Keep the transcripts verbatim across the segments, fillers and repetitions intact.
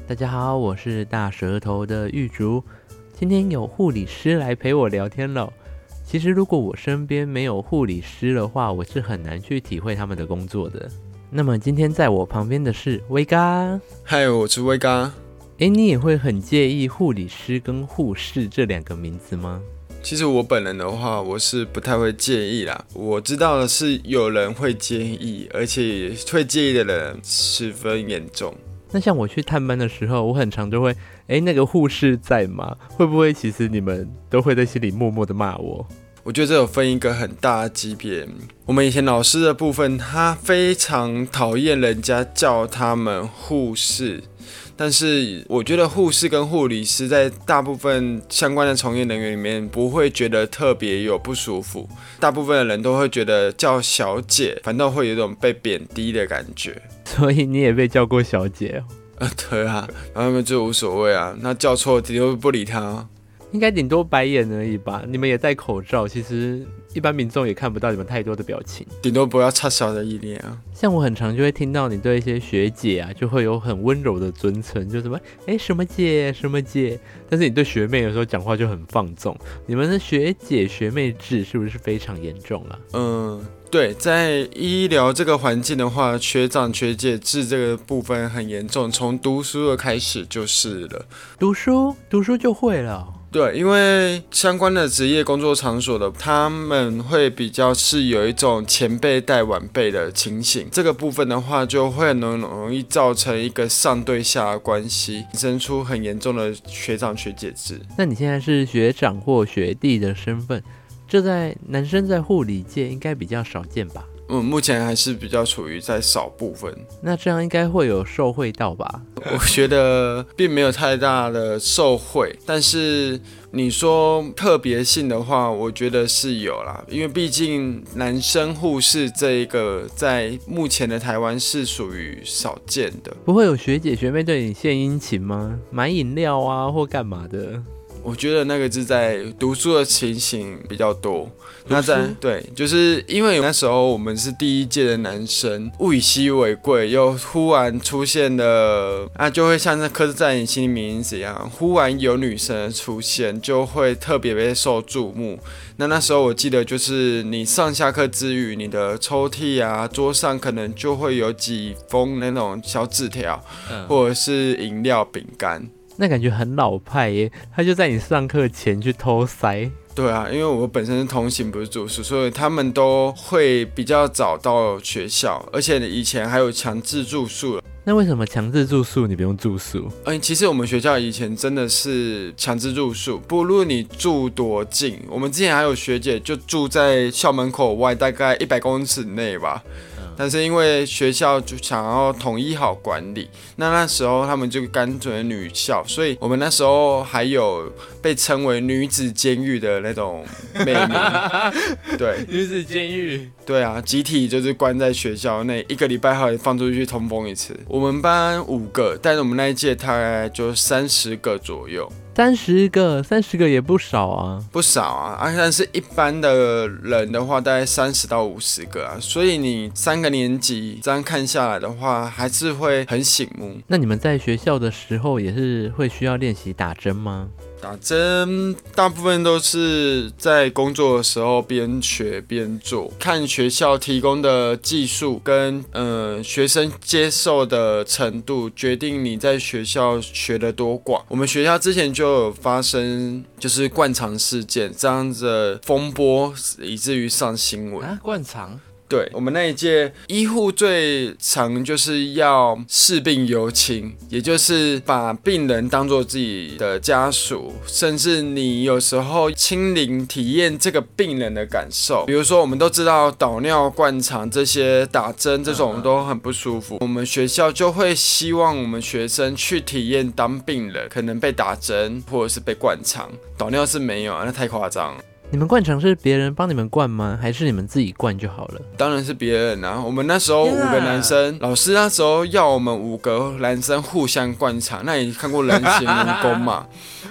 大家好，我是大舌头的玉竹，今天有护理师来陪我聊天了。其实如果我身边没有护理师的话，我是很难去体会他们的工作的。那么今天在我旁边的是威嘎。 嗨，我是威嘎。 诶，你也会很介意护理师跟护士这两个名字吗？ 其实我本人的话，我是不太会介意啦。我知道的是有人会介意，而且会介意的人十分严重。 那像我去探班的时候，我很常就会，哎，那个护士在吗？会不会其实你们都会在心里默默的骂我？ 我觉得这有分一个很大的级别。我们以前老师的部分，他非常讨厌人家叫他们护士，但是我觉得护士跟护理师在大部分相关的从业人员里面不会觉得特别有不舒服，大部分的人都会觉得叫小姐反倒会有一种被贬低的感觉。 所以你也被叫过小姐哦？ 呃，对啊，然后他们就无所谓啊，那叫错顶多不理他， 应该顶多白眼而已吧？你们也戴口罩，其实一般民众也看不到你们太多的表情， 顶多不要插小的意念啊。 像我很常就会听到你对一些学姐啊，就会有很温柔的尊称，就什么哎什么姐什么姐，但是你对学妹有时候讲话就很放纵。你们的学姐学妹制是不是非常严重啊？ 嗯。对，在医疗这个环境的话，学长学姐制这个部分很严重，从读书的开始就是了。 读书读书就会了哦。 对，因为相关的职业工作场所的，他们会比较是有一种前辈带晚辈的情形，这个部分的话，就会很容易造成一个上对下的关系，衍生出很严重的学长学姐制。 那你现在是学长或学弟的身份，这在男生在护理界应该比较少见吧？ 嗯，目前还是比较处于在少部分。 那这样应该会有受惠到吧？ 我觉得并没有太大的受惠，但是你说特别性的话，我觉得是有啦，因为毕竟男生护士这一个在目前的台湾是属于少见的。 不会有学姐学妹对你献殷勤吗？买饮料啊或干嘛的？ 我觉得那个是在读书的情形比较多，那在对，就是因为那时候我们是第一届的男生，物以稀为贵，又忽然出现了，啊，就会像那刻在你心里名字一样，忽然有女生的出现，就会特别被受注目。那那时候我记得就是你上下课之余，你的抽屉啊、桌上可能就会有几封那种小纸条，嗯、或者是饮料、饼干。 那感觉很老派耶，他就在你上课前去偷塞。 对啊，因为我本身是通勤不是住宿，所以他们都会比较早到学校，而且以前还有强制住宿了。 那为什么强制住宿你不用住宿？ 嗯，其实我们学校以前真的是强制住宿，不论你住多近，我们之前还有学姐就住在校门口外大概一百公尺内吧。但是因为学校就想要统一好管理，那那时候他们就干脆女校，所以我们那时候还有被称为女子监狱的那种美名。对， 女子监狱。 对啊，集体就是关在学校内，一个礼拜还会放出去通风一次。我们班五个，但是我们那一届大概就三十个左右。 三十个，三十个也不少啊， 不少啊，啊，但是一般的人的话，大概三十到五十个啊，所以你三个年级这样看下来的话，还是会很醒目。 那你们在学校的时候也是会需要练习打针吗？ 打针大部分都是在工作的时候边学边做，看学校提供的技术跟呃学生接受的程度，决定你在学校学的多广。我们学校之前就有发生就是灌肠事件这样子的风波，以至于上新闻啊，灌肠。 对，我们那一届医护最常就是要视病忧亲，也就是把病人当作自己的家属，甚至你有时候亲临体验这个病人的感受。比如说我们都知道导尿、灌肠这些打针这种都很不舒服，我们学校就会希望我们学生去体验当病人，可能被打针或者是被灌肠。导尿是没有啊，那太夸张了。 你们灌肠是别人帮你们灌吗？还是你们自己灌就好了？ 当然是别人啊！我们那时候五个男生， yeah. 老师那时候要我们五个男生互相灌肠，那你看过人形蜈蚣嘛？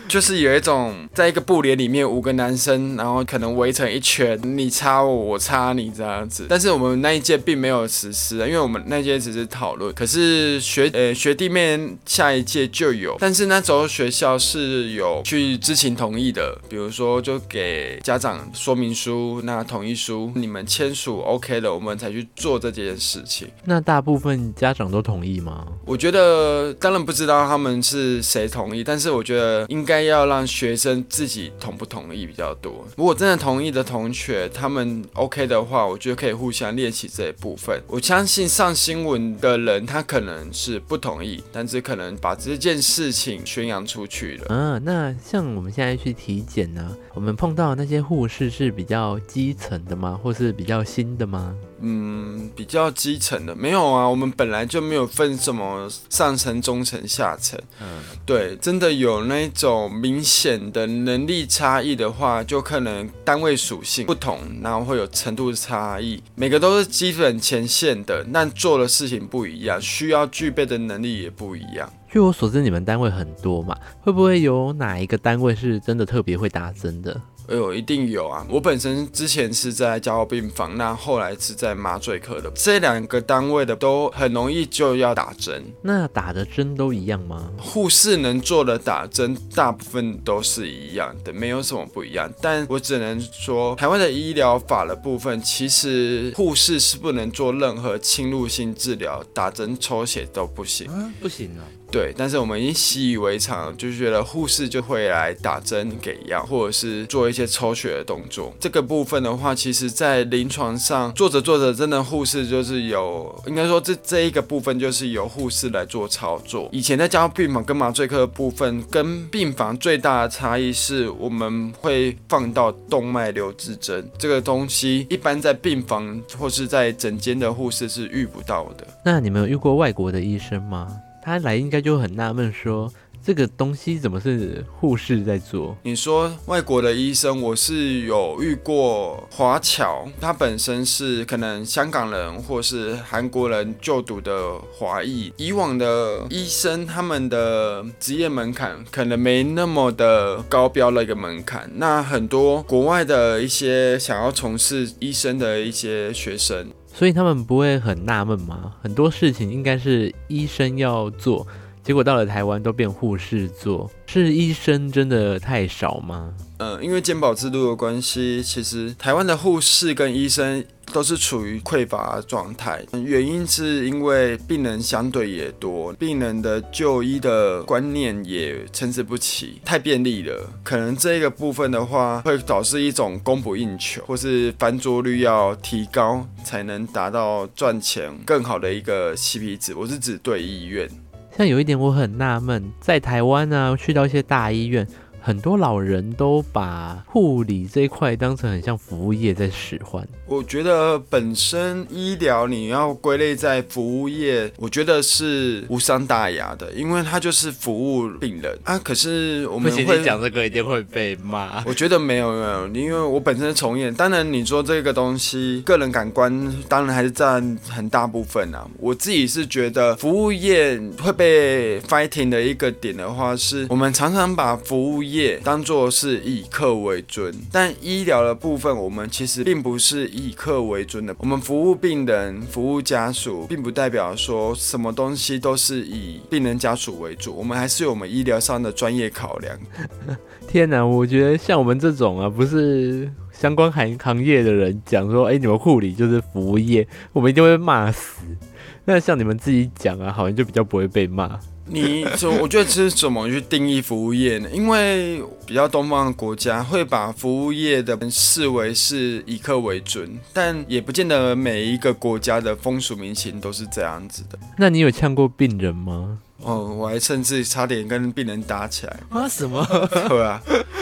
就是有一种在一个布帘里面五个男生，然后可能围成一圈，你插我，我插你这样子。但是我们那一届并没有实施，因为我们那一届只是讨论。可是学呃学弟妹下一届就有，但是那时候学校是有去知情同意的，比如说就给家长说明书，那同意书你们签署 OK 了，我们才去做这件事情。 那大部分家长都同意吗？ 我觉得当然不知道他们是谁同意，但是我觉得应该要让学生自己同不同意比较多。如果真的同意的同学他们 OK 的话，我觉得可以互相练习这一部分。我相信上新闻的人他可能是不同意，但是可能把这件事情宣扬出去了。 嗯、啊，那像我们现在去体检呢、啊，我们碰到的那些护士是比较基层的吗？或是比较新的吗？ 嗯，比较基层的没有啊，我们本来就没有分什么上层、中层、下层。嗯，对，真的有那种明显的能力差异的话，就可能单位属性不同，然后会有程度差异。每个都是基本前线的，但做的事情不一样，需要具备的能力也不一样。 据我所知，你们单位很多嘛，会不会有哪一个单位是真的特别会打针的？ 哎呦，一定有啊！我本身之前是在加护病房，那后来是在麻醉科的，这两个单位的都很容易就要打针。 那打的针都一样吗？ 护士能做的打针大部分都是一样的，没有什么不一样。但我只能说，台湾的医疗法的部分，其实护士是不能做任何侵入性治疗，打针抽血都不行。 嗯，不行啊。 对，但是我们已经习以为常，就是觉得护士就会来打针给药，或者是做一些抽血的动作。这个部分的话，其实在临床上做着做着，真的护士就是有，应该说这这一个部分就是由护士来做操作。以前在加护病房跟麻醉科的部分，跟病房最大的差异是我们会放到动脉留置针，这个东西一般在病房或是在诊间的护士是遇不到的。 那你们有遇过外国的医生吗？他来应该就很纳闷说，这个东西怎么是护士在做？ 你说外国的医生，我是有遇过华侨，他本身是可能香港人或是韩国人就读的华裔。以往的医生他们的职业门槛可能没那么的高标的一个门槛，那很多国外的一些想要从事医生的一些学生， 所以他们不会很纳闷吗？很多事情应该是医生要做，结果到了台湾都变护士做，是医生真的太少吗？ 呃，因为健保制度的关系，其实台湾的护士跟医生都是处于匮乏状态，原因是因为病人相对也多，病人的就医的观念也参差不齐，太便利了。可能这个部分的话，会导致一种供不应求，或是翻桌率要提高，才能达到赚钱更好的一个 C P 值。我是指对医院。 像有一点我很纳闷，在台湾啊，去到一些大医院，很多老人都把护理这一块当成很像服务业在使唤。 我觉得本身医疗你要归类在服务业，我觉得是无伤大雅的，因为它就是服务病人啊。可是我们会不行，你讲这个一定会被骂。 我觉得没有没有，因为我本身是从业，当然你说这个东西，个人感官当然还是占很大部分啊。我自己是觉得服务业会被 fighting 的一个点的话，是我们常常把服务业当作是以客为尊，但医疗的部分我们其实并不是以客为尊的。我们服务病人、服务家属，并不代表说什么东西都是以病人家属为主，我们还是有我们医疗上的专业考量。 天哪，我觉得像我们这种啊，不是相关行行业的人讲说，哎、欸，你们护理就是服务业，我们一定会骂死。那像你们自己讲啊，好像就比较不会被骂。 你我觉得这是怎么去定义服务业呢？因为比较东方的国家会把服务业的视为是以客为尊，但也不见得每一个国家的风俗民情都是这样子的。 那你有呛过病人吗？ 哦，我还甚至差点跟病人打起来啊？什么？ 对啊，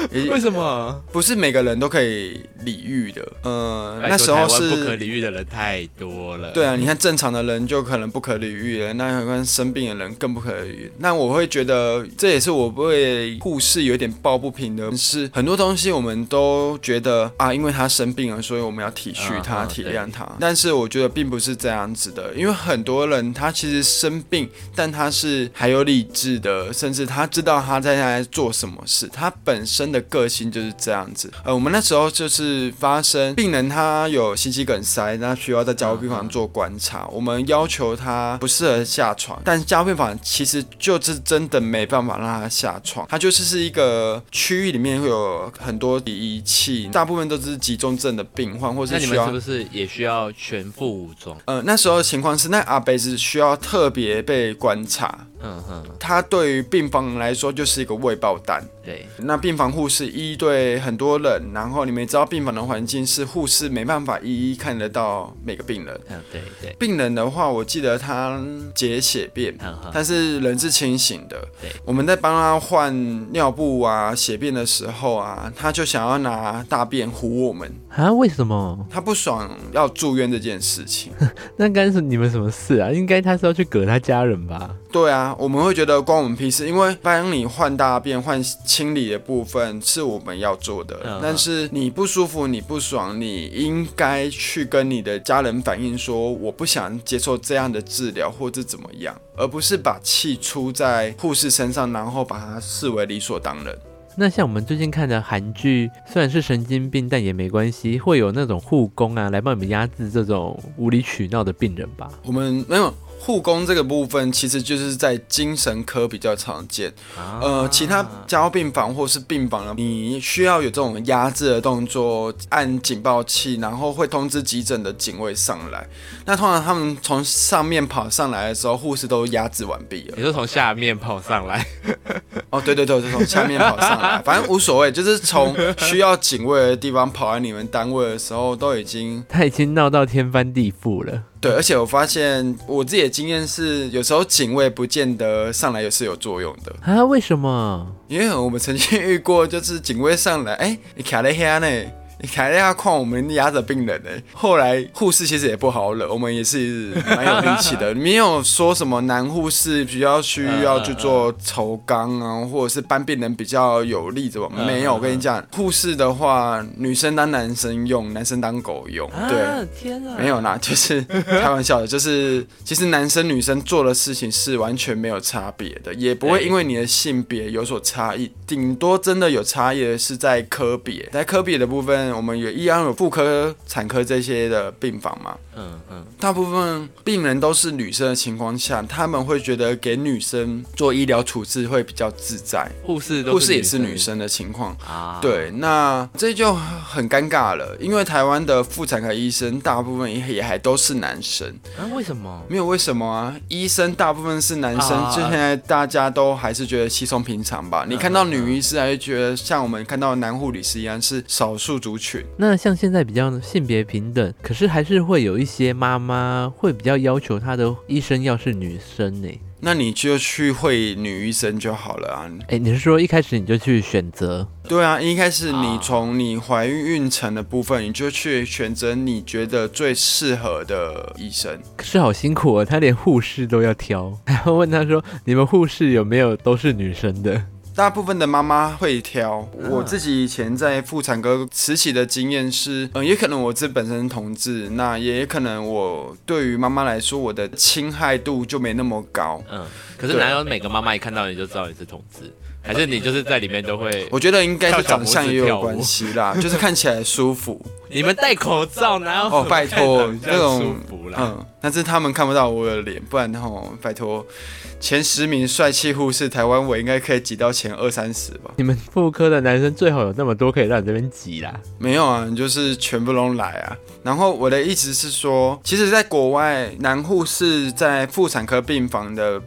为什么？ 不是每个人都可以礼遇的。呃，那时候是台湾不可理喻的人太多了。 对啊，你看正常的人就可能不可理喻了，那跟生病的人更不可理喻。那我会觉得这也是我为护士有点抱不平的，是很多东西我们都觉得啊，因为他生病了，所以我们要体恤他、uh-huh, 体谅他。但是我觉得并不是这样子的，因为很多人他其实生病，但他是还有理智的，甚至他知道他在在做什么事，他本身的个性就是这样子。呃，我们那时候就是发生病人他有心肌梗塞，那需要在加护病房做观察，我们要求他不适合下床，但加护病房其实就是真的没办法让他下床，它就是是一个区域里面会有很多仪器，大部分都是急重症的病患，或是需要。 那你们是不是也需要全副武装？ 呃，那时候的情况是，那阿伯是需要特别被观察。嗯哼，他对于病房来说就是一个未爆弹。 对， 那病房护士一对很多人，然后你们也知道病房的环境是护士没办法一一看得到每个病人。 嗯，对对。 病人的话，我记得他解血便，但是人是清醒的。对，我们在帮他换尿布啊、血便的时候啊，他就想要拿大便唬我们啊？为什么？ 他不爽要住院这件事情。 那干是你们什么事啊？应该他是要去隔他家人吧？ 对啊，我们会觉得关我们屁事，因为帮你换大便、换清理的部分是我们要做的，嗯、但是你不舒服、你不爽，你应该去跟你的家人反映说，我不想接受这样的治疗或者怎么样，而不是把气出在护士身上，然后把它视为理所当然。 那像我们最近看的韩剧，虽然是神经病，但也没关系，会有那种护工啊来帮你们压制这种无理取闹的病人吧？ 我们没有。护工这个部分其实就是在精神科比较常见，啊、呃，其他加护病房或是病房呢，你需要有这种压制的动作，按警报器，然后会通知急诊的警卫上来。那通常他们从上面跑上来的时候，护士都压制完毕了。 你说从下面跑上来？ 哦，对对对，就从下面跑上来，反正无所谓，就是从需要警卫的地方跑来你们单位的时候，都已经他已经闹到天翻地覆了。 对，而且我发现我自己的经验是，有时候警卫不见得上来也是有作用的啊？为什么？ 因为我们曾经遇过，就是警卫上来，哎，你卡在遐呢？你看一下，看我们压着病人哎，后来护士其实也不好惹，我们也是蛮有力气的，没有说什么男护士比较需要去做抽肛啊，或者是搬病人比较有力怎么没有？我跟你讲，护士的话，女生当男生用，男生当狗用，对， 啊、天啊， 没有啦，就是开玩笑的，就是其实男生女生做的事情是完全没有差别的，也不会因为你的性别有所差异，顶多真的有差异的是在科别，在科别的部分。我们也一样有妇科、产科这些的病房嘛，嗯嗯，大部分病人都是女生的情况下，他们会觉得给女生做医疗处置会比较自在。 护士护士也是女生的情况啊，对，那这就很尴尬了，因为台湾的妇产科医生大部分也还都是男生啊？为什么？ 没有为什么啊？医生大部分是男生，啊、就现在大家都还是觉得稀松平常吧。你看到女医师，还是觉得像我们看到男护理师一样是少数族群。 那像现在比较性别平等，可是还是会有一些妈妈会比较要求她的医生要是女生呢。 那你就去会女医生就好了啊！ 哎、欸，你是说一开始你就去选择？ 对啊，一开始你从你怀孕孕程的部分，你就去选择你觉得最适合的医生。 可是好辛苦哦，他连护士都要挑，然后问他说：“你们护士有没有都是女生的？” 大部分的妈妈会挑，我自己以前在妇产科实习的经验是，嗯，也可能我自本身同志，那也可能我对于妈妈来说，我的侵害度就没那么高。 嗯，可是哪有每个妈妈一看到你就知道你是同志？还是你就是在里面都会？ 我觉得应该是长相也有关系啦，就是看起来舒服。 你们戴口罩哪有？ 哦，拜托，那种舒服啦。 嗯，但是他们看不到我的脸，不然吼，拜托。前十名帅气护士，台湾我应该可以挤到前二三十吧。 你们妇科的男生最好有那么多可以让你这边挤啦。 没有啊，你就是全部都来啊。然后我的意思是说，其实在国外，男护士在妇产科病房的比率其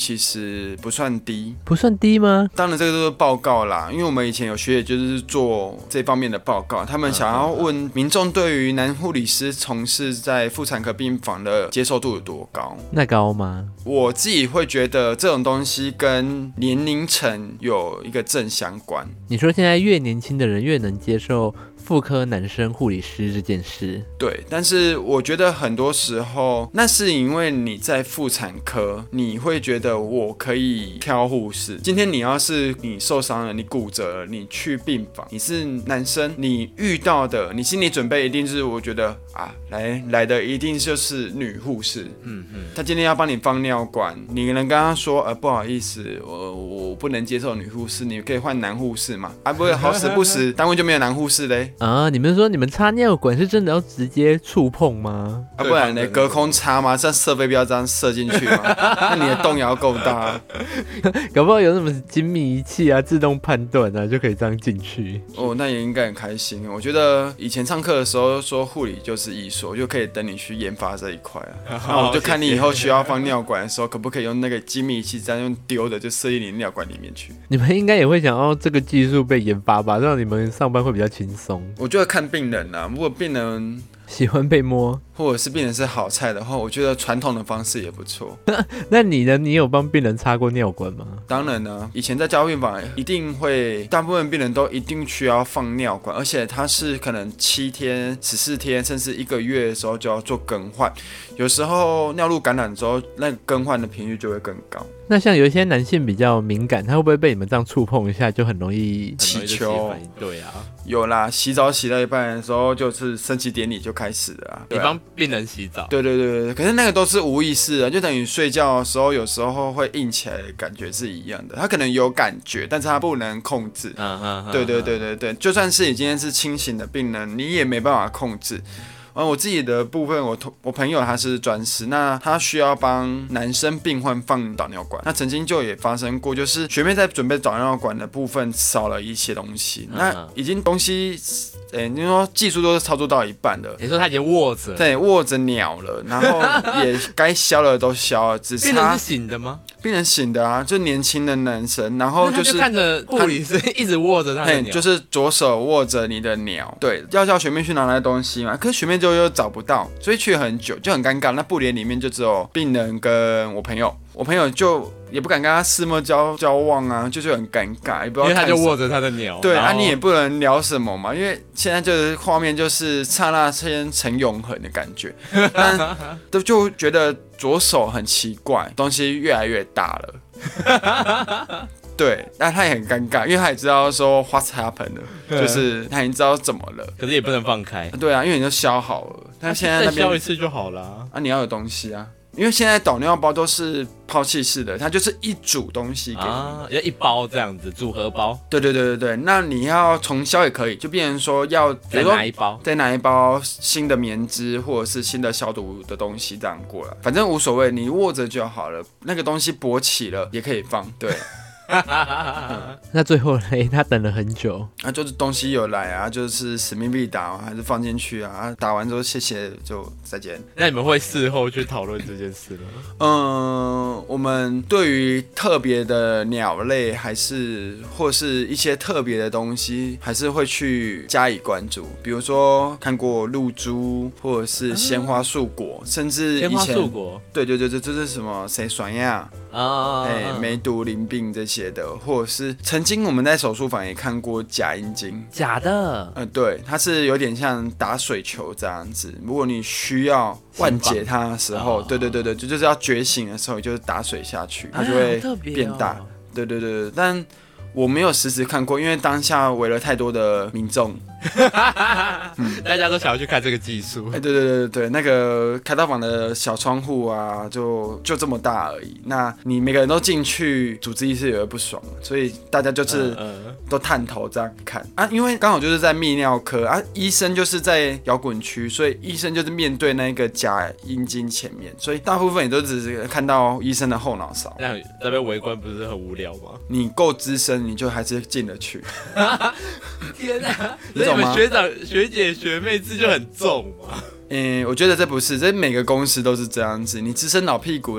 其实不算低。 不算低吗？ 当然这个都是报告啦，因为我们以前有学姐就是做这方面的报告，他们想要问民众对于男护理师从事在妇产科病房的接受度有多高。 那高吗？ 我自己会觉得这种东西跟年龄层有一个正相关。 你说现在越年轻的人越能接受妇科男生护理师这件事？ 对，但是我觉得很多时候那是因为你在妇产科，你会觉得我可以挑护士。今天你要是你受伤了，你骨折了，你去病房，你是男生，你遇到的，你心理准备一定是，我觉得啊，来来的一定就是女护士。嗯嗯，他今天要帮你放尿管，你能跟他说，呃，不好意思，我我不能接受女护士，你可以换男护士嘛？啊，不会，好死不死，单位就没有男护士嘞。 啊，你们说你们插尿管是真的要直接触碰吗？ 啊，不然呢？隔空插吗？这样设备不要这样射进去吗？那你的洞也要够大。 搞不好有什么精密仪器啊，自动判断啊，就可以这样进去。 哦，那也应该很开心。我觉得以前上课的时候说护理就是艺术，就可以等你去研发这一块啊。那我就看你以后需要放尿管的时候，可不可以用那个精密仪器这样用丢的就射进你尿管里面去？ 你们应该也会想要这个技术被研发吧，让你们上班会比较轻松。 我觉得看病人啊，如果病人喜欢被摸， 或者是病人是好菜的话，我觉得传统的方式也不错。 那你呢？你有帮病人插过尿管吗？ 当然呢，以前在加护病房一定会，大部分病人都一定需要放尿管，而且它是可能七天、十四天，甚至一个月的时候就要做更换。有时候尿路感染之后，那个更换的频率就会更高。 那像有一些男性比较敏感，他会不会被你们这样触碰一下就很容易起球？ 对啊， 有啦，洗澡洗到一半的时候，就是升旗典礼就开始了、啊。 你帮病人洗澡？ 对对对对，可是那个都是无意识的，就等于睡觉的时候，有时候会硬起来的感觉是一样的。他可能有感觉，但是他不能控制。嗯嗯，对对对对对，就算是你今天是清醒的病人，你也没办法控制。我自己的部分，我我朋友他是专师，那他需要帮男生病患放导尿管。那曾经就也发生过，就是学妹在准备导尿管的部分少了一些东西，那已经东西，诶、欸，你说技术都是操作到一半了。 你说他已经握着， 对，握着鸟了，然后也该消的都消了，只差。 病人是醒的吗？ 病人醒的啊，就年轻的男生，然后就是、 就看着护理师一直握着他的鸟， 就是左手握着你的鸟，对，要叫学妹去拿来东西嘛，可是学妹就又找不到，所以去了很久，就很尴尬。那布帘里面就只有病人跟我朋友，我朋友就也不敢跟他四目交交望啊，就是很尴尬，也不知道因为他就握着他的鸟。 对啊，你也不能聊什么嘛，因为现在就是画面就是刹那间成永恒的感觉，但都就觉得左手很奇怪，东西越来越大了。对，但他也很尴尬，因为他也知道说 what's happened 了，就是他已经知道怎么了， 可是也不能放开。 对啊，因为你就消好了，但现在那边再消一次就好了啊。 你要有东西啊，因为现在导尿包都是抛弃式的，它就是一组东西给你， 啊，要一包这样子组合包。 对对对对对，那你要重销也可以，就变成说要再拿一包， 再拿一包新的棉织或者是新的消毒的东西这样过来，反正无所谓，你握着就好了。那个东西勃起了也可以放，对。 嗯、那最后嘞，他等了很久， 啊，就是东西有来啊，就是使命必达，还是放进去啊，打完之后谢谢就再见。 那你们会事后去讨论这件事吗？ 嗯，我们对于特别的鸟类，还是或是一些特别的东西，还是会去加以关注。比如说看过露珠，或者是鲜花素果，嗯、甚至以前鲜花素果， 对对对对，这是什么谁酸呀？啊，哎，梅毒、淋病这些的，或者是曾经我们在手术房也看过假阴茎， 假的， 呃，对，它是有点像打水球这样子。如果你需要缓解它的时候，对对对对，就就是要觉醒的时候，就是打水下去，它就会变大。哎哦、对对对对，但我没有实时看过，因为当下围了太多的民众。 嗯、大家都想要去看这个技术。 哎，对对对对，那个开刀房的小窗户啊，就就这么大而已。那你每个人都进去，主治医师也会不爽，所以大家就是都探头这样看啊。因为刚好就是在泌尿科啊，医生就是在摇滚区，所以医生就是面对那个假阴茎前面，所以大部分也都只是看到医生的后脑勺。 那这边围观不是很无聊吗？ 你够资深，你就还是进得去。 天哪！你们学长、学姐、学妹制就很重嘛？ 嗯，我觉得这不是，这每个公司都是这样子。你资深老屁股了，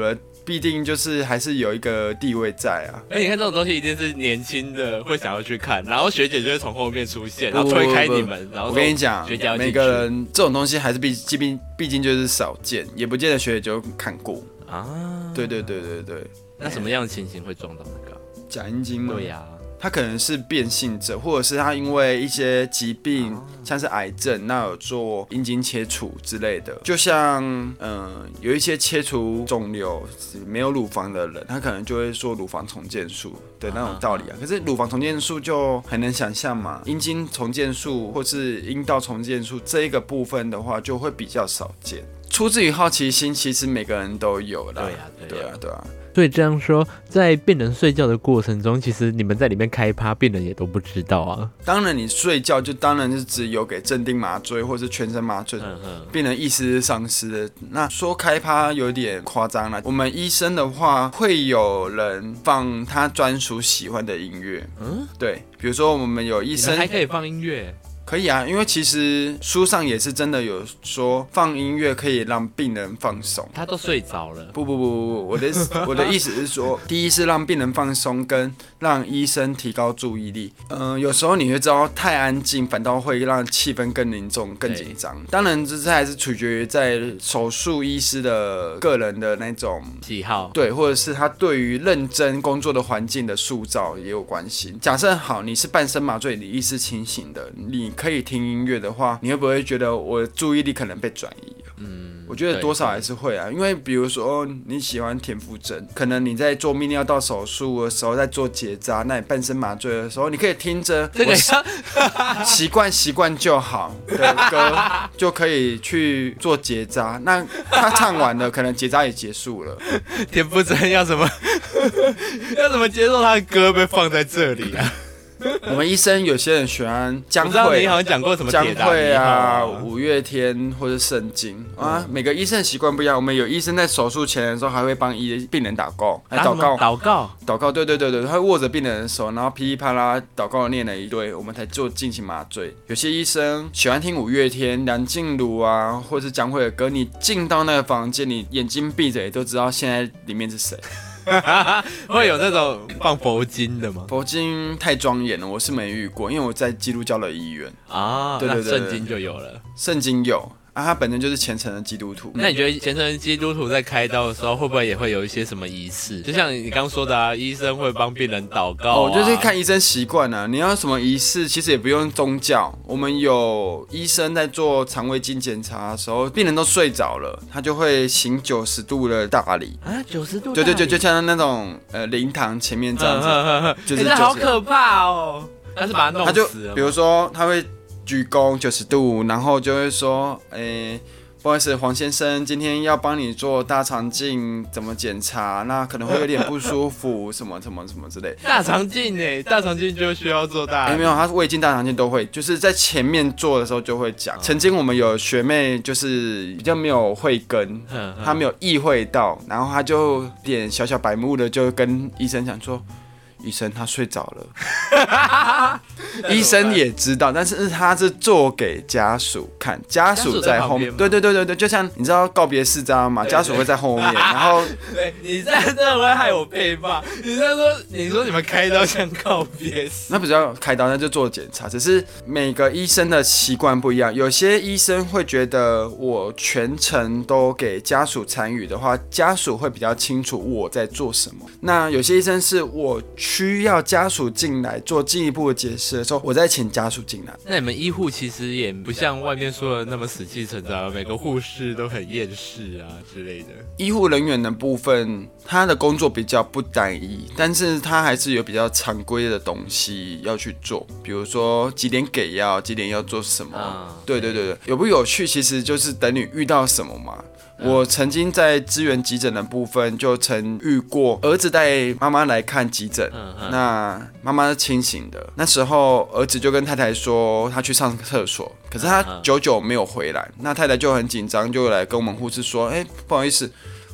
必定就是还是有一个地位在啊。 哎，你看这种东西一定是年轻的会想要去看，然后学姐就会从后面出现，然后推开你们，然后我跟你讲，每个人这种东西还是毕毕竟毕竟就是少见，也不见得学姐就看过啊。对对对对对。 那什么样的情形会撞到那个假阴茎吗？ 对呀、啊。 他可能是变性者，或者是他因为一些疾病，哦、像是癌症，那有做阴茎切除之类的。就像嗯、呃，有一些切除肿瘤没有乳房的人，他可能就会做乳房重建术的那种道理啊。可是乳房重建术就很难想象嘛，阴茎重建术或是阴道重建术这一个部分的话，就会比较少见。出自于好奇心，其实每个人都有啦。 对呀、啊， 对啊，对啊。 所以这样说，在病人睡觉的过程中，其实你们在里面开趴，病人也都不知道啊。 当然，你睡觉就当然是只有给镇定麻醉或是全身麻醉，嗯嗯，病人意识是丧失的。那说开趴有点夸张了。我们医生的话，会有人放他专属喜欢的音乐，嗯，对，比如说我们有医生还可以放音乐。 可以啊，因为其实书上也是真的有说放音乐可以让病人放松。 他都睡着了。 不不不不，我的我的意思是说，第一是让病人放松，跟让医生提高注意力。嗯、呃，有时候你会知道太安静，反倒会让气氛更凝重、更紧张。当然，这还是取决于在手术医师的个人的那种喜好， 对，或者是他对于认真工作的环境的塑造也有关系。假设好，你是半身麻醉，你意识清醒的，你可以听音乐的话，你会不会觉得我的注意力可能被转移了？嗯，我觉得多少还是会啊，因为比如说你喜欢田馥甄，可能你在做泌尿道手术的时候，在做结扎，那你半身麻醉的时候，你可以听着这个习惯习惯就好的歌，就可以去做结扎。那他唱完了，可能结扎也结束了。 田馥甄要怎么要怎么接受他的歌被放在这里啊？ 我们医生有些人喜欢江蕙， 你好像讲过什么江蕙啊、五月天或者圣经啊，每个医生的习惯不一样。我们有医生在手术前的时候，还会帮医病人祷告，来祷告， 祷告， 祷告，对对对对，他会握着病人的手，然后噼里啪啦祷告念了一堆，我们才做进行麻醉。有些医生喜欢听五月天、梁静茹啊，或是江蕙的歌，你进到那个房间，你眼睛闭着也都知道现在里面是谁。 会有那种放佛经的吗？ 佛经太庄严了，我是没遇过，因为我在基督教的医院啊。对对对，圣经就有了， 圣经有。啊，他本身就是虔诚的基督徒。 那你觉得虔诚的基督徒在开刀的时候，会不会也会有一些什么仪式？就像你刚说的啊，医生会帮病人祷告、啊。 哦，就是看医生习惯啊。你要什么仪式，其实也不用宗教。我们有医生在做肠胃镜检查的时候，病人都睡着了，他就会行九十度的大礼啊，九十度大礼。 对对对，就像那种呃灵堂前面这样子，嗯嗯、就是、 欸、好可怕哦。但是把他弄死了。 比如说他会鞠躬九十度，然后就会说，诶、欸，不好意思，黄先生，今天要帮你做大肠镜，怎么检查？那可能会有点不舒服，什么什么什么之类。 大肠镜哎，大肠镜就需要做大。 哎、欸，没有，他胃镜、大肠镜都会，就是在前面做的时候就会讲。曾经我们有学妹就是比较没有慧根，她没有意会到，然后她就点小小白目的就跟医生讲说。医生他睡着了，医生也知道，但是他是做给家属看，家属在后面。对对对对对，就像你知道告别式这样嘛，家属会在后面，然后对你在这会害我被骂。你在说你说你们开刀像告别式， 那不叫开刀，那就做检查，只是每个医生的习惯不一样。有些医生会觉得我全程都给家属参与的话，家属会比较清楚我在做什么。那有些医生是我。需要家属进来做进一步的解释的时候，我再请家属进来。 那你们医护其实也不像外面说的那么死气沉沉，每个护士都很厌世啊之类的。 医护人员的部分，他的工作比较不单一，但是他还是有比较常规的东西要去做，比如说几点给药，几点要做什么。啊、对对对对，有不有趣其实就是等你遇到什么嘛。我曾经在支援急诊的部分，就曾遇过儿子带妈妈来看急诊，嗯嗯、那妈妈是清醒的，那时候儿子就跟太太说他去上厕所，可是他久久没有回来，那太太就很紧张，就来跟我们护士说，哎、欸，不好意思，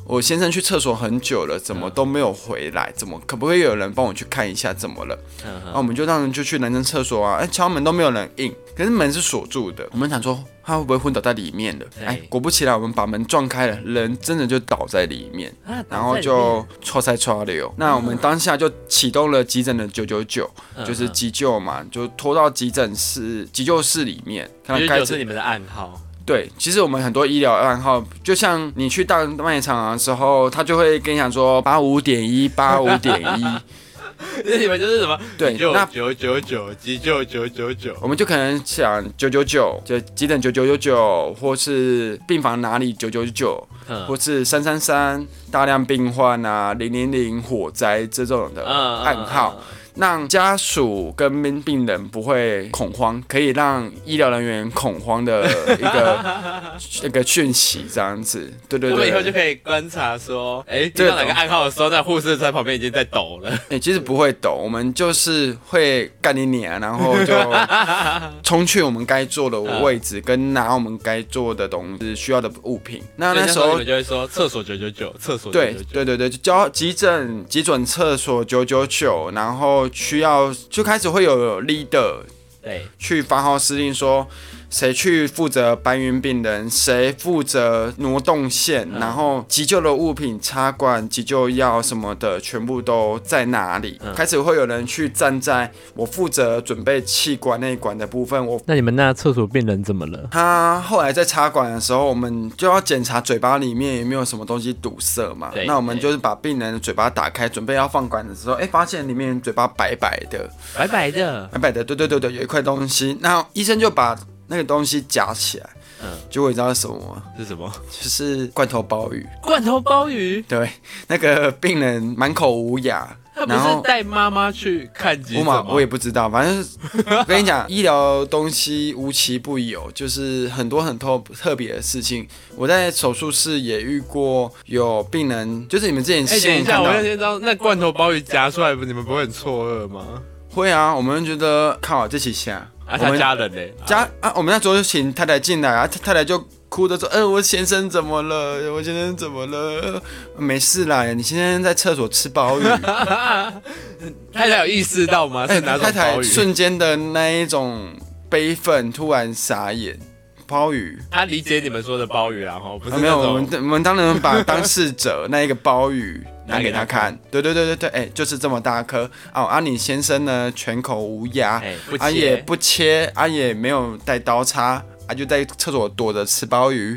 我先生去厕所很久了，怎么都没有回来？怎么可不可以有人帮我去看一下怎么了？然后我们就让人就去男生厕所啊，哎，敲门都没有人应，可是门是锁住的。我们想说他会不会昏倒在里面了？哎，果不其然，我们把门撞开了，人真的就倒在里面，然后就戳塞戳流。那我们当下就启动了急诊的九九九，就是急救嘛，就拖到急诊室、急救室里面。 九九九是你们的暗号。 对，其实我们很多医疗暗号，就像你去大卖场的时候，他就会跟你讲说八五点一、八五点一。 那你们就是什么？ 对，那九九九急救九九九， 我们就可能想九九九，就急诊九九九九，或是病房哪里九九九，或是三三三大量病患啊，零零零火灾这种的暗号。嗯嗯嗯，让家属跟病人不会恐慌，可以让医疗人员恐慌的一个一个讯息，这样子。对对对，我们以后就可以观察说，哎，听到哪个暗号的时候，那护士在旁边已经在抖了。 哎，其实不会抖，我们就是会干你脸，然后就冲去我们该坐的位置，跟拿我们该做的东西需要的物品。那那时候你们就会说厕所九九九，厕所对对对对，就叫急诊急诊厕所九九九，然后需要就开始会有 leader 对去发号施令说谁去负责搬运病人，谁负责挪动线，嗯、然后急救的物品、插管、急救药什么的，全部都在哪里？嗯、开始会有人去站在我负责准备气管内管的部分。我那你们那厕所病人怎么了？ 他后来在插管的时候，我们就要检查嘴巴里面有没有什么东西堵塞嘛。那我们就是把病人的嘴巴打开，准备要放管的时候，哎，发现里面嘴巴白白的， 白白的， 白白的，对对对对，有一块东西。那医生就把那个东西夹起来，嗯，结果你知道是什么吗？ 是什么？ 就是罐头鲍鱼。 罐头鲍鱼？ 对，那个病人满口无牙。 他不是带妈妈去看急诊吗？ 我也不知道，反正我跟你讲，医疗东西无奇不有，就是很多很特特别的事情。我在手术室也遇过有病人，就是你们之前新闻看到， 欸、等一下，我那天知道那罐头鲍鱼夹出来，你们不会很错愕吗？ 会啊，我们觉得靠这起下。 啊，他家人嘞？ 家啊，我们那时候就请太太进来啊，太太就哭着说：“嗯、呃，我先生怎么了？我先生怎么了？没事啦，你先生在厕所吃鲍鱼。” 太太有意识到吗？是哪种鲍鱼？ 太太瞬间的那一种悲愤，突然傻眼。鲍鱼， 他理解你们说的鲍鱼啦，哈，不是、啊、 没有，我们我们当然把当事者那一个鲍鱼拿给他看，对对对对对，哎、欸，就是这么大颗哦。啊，你先生呢，全口无牙，欸、啊也不切，啊也没有带刀叉，啊就在厕所躲着吃鲍鱼，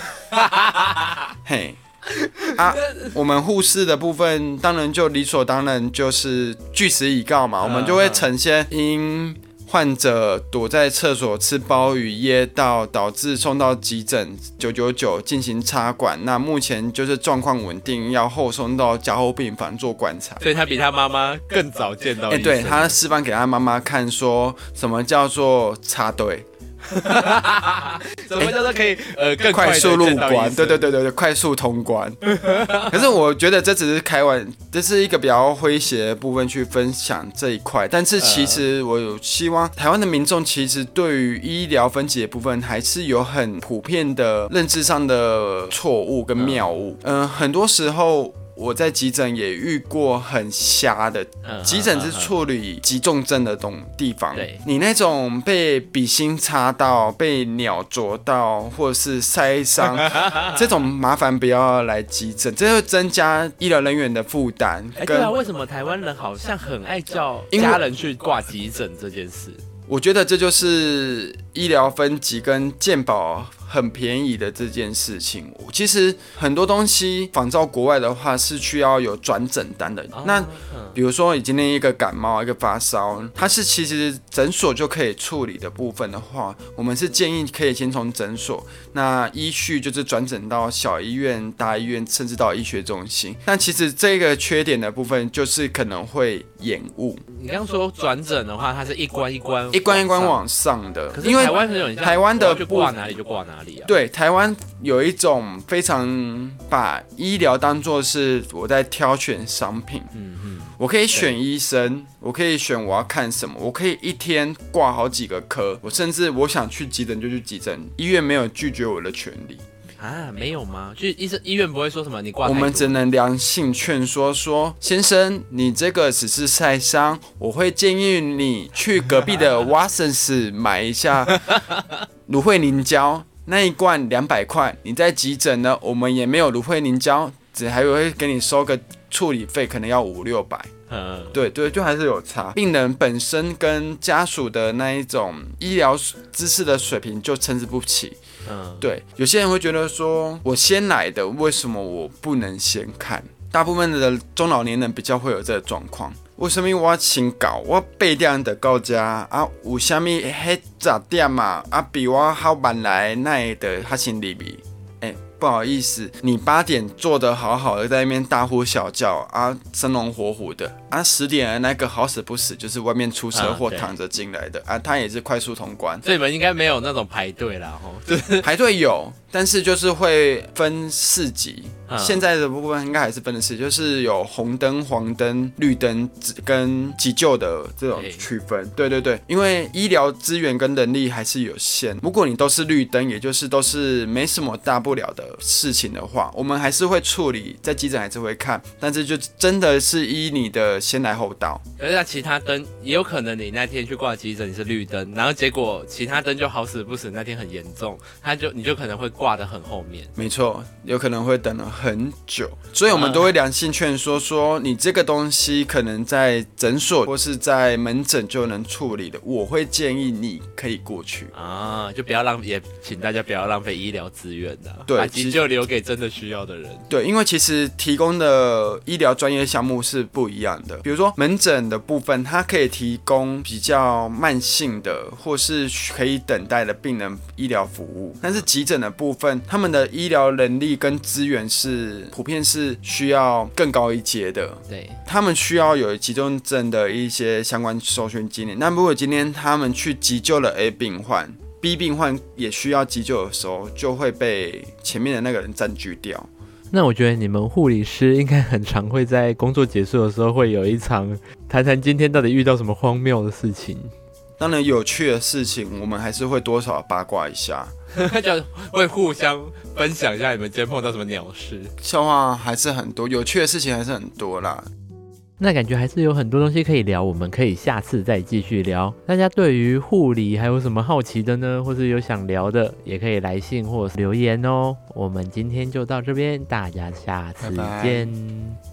嘿。啊，我们护士的部分当然就理所当然就是据实以告嘛，我们就会呈现因患者躲在厕所吃鲍鱼噎到，导致送到急诊九九九进行插管。那目前就是状况稳定，要后送到加护病房做观察。 所以他比他妈妈更早见到医生。 欸、对，他示范给他妈妈看，说什么叫做插队。 什么叫做可以、欸、呃更快速入关？对对对对，快速通关。可是我觉得这只是开玩，这是一个比较诙谐的部分去分享这一块。但是其实我有希望台湾的民众其实对于医疗分级的部分还是有很普遍的认知上的错误跟谬误。嗯、呃，很多时候。我在急诊也遇过很瞎的，急诊是处理急重症的种地方。你那种被笔芯插到、被鸟啄到，或者是晒伤，这种麻烦不要来急诊，这会增加医疗人员的负担。 哎、欸，对啊，为什么台湾人好像很爱叫家人去挂急诊这件事？ 我觉得这就是医疗分级跟健保很便宜的这件事情。其实很多东西仿照国外的话是需要有转诊单的。哦、那比如说你今天一个感冒一个发烧，它是其实诊所就可以处理的部分的话，我们是建议可以先从诊所，那依序就是转诊到小医院、大医院，甚至到医学中心。但其实这个缺点的部分就是可能会延误。 你刚刚说转诊的话，它是一关一关一关一关往上的， 可是台湾很台湾的就挂哪里就挂哪里啊。 对，台湾有一种非常把医疗当作是我在挑选商品。嗯嗯，我可以选医生，我可以选我要看什么，我可以一天挂好几个科，我甚至我想去急诊就去急诊，医院没有拒绝我的权利。 啊，没有吗？就是医生医院不会说什么你挂太多， 我们只能良性劝说说，先生，你这个只是晒伤，我会建议你去隔壁的 Watsons 买一下芦荟凝胶，那一罐两百块。你在急诊呢，我们也没有芦荟凝胶，只还会给你收个处理费，可能要五六百。嗯，对对，就还是有差。病人本身跟家属的那一种医疗知识的水平就参差不齐。嗯，对，有些人会觉得说，我先来的，为什么我不能先看？大部分的中老年人比较会有这个状况。为什么我先搞？我八点就到家啊？有啥物迄十点嘛？啊，比我好慢来，那会得较先入去。不好意思，你八点做得好好的，在那边大呼小叫啊，生龙活虎的啊，十点的那个好死不死就是外面出车祸躺着进来的 啊, 啊，他也是快速通关， 所以你们应该没有那种排队啦，吼， 排队有，但是就是会分四级。嗯、现在的部分应该还是分的是，就是有红灯、黄灯、绿灯跟急救的这种区分。对对对，因为医疗资源跟人力还是有限。如果你都是绿灯，也就是都是没什么大不了的事情的话，我们还是会处理，在急诊还是会看，但是就真的是依你的先来后到。 可是其他灯也有可能你那天去挂急诊你是绿灯，然后结果其他灯就好死不死那天很严重，他就你就可能会挂得很后面。 没错，有可能会等了很久，所以我们都会良性劝说说，你这个东西可能在诊所或是在门诊就能处理的，我会建议你可以过去啊，就不要浪，也请大家不要浪费医疗资源的、啊， 对， 把急救留给真的需要的人。 对，因为其实提供的医疗专业项目是不一样的，比如说门诊的部分，它可以提供比较慢性的或是可以等待的病人医疗服务，但是急诊的部分，他们的医疗能力跟资源是普遍是需要更高一阶的， 对， 他们需要有急重症的一些相关受训经验。那如果今天他们去急救了 A 病患 ，B 病患也需要急救的时候，就会被前面的那个人占据掉。 那我觉得你们护理师应该很常会在工作结束的时候会有一场谈谈今天到底遇到什么荒谬的事情。 当然有趣的事情我们还是会多少八卦一下就会互相分享一下你们今天碰到什么鸟事， 笑话还是很多，有趣的事情还是很多啦。 那感觉还是有很多东西可以聊，我们可以下次再继续聊。大家对于护理还有什么好奇的呢？或是有想聊的，也可以来信或留言哦。我们今天就到这边，大家下次见。拜拜。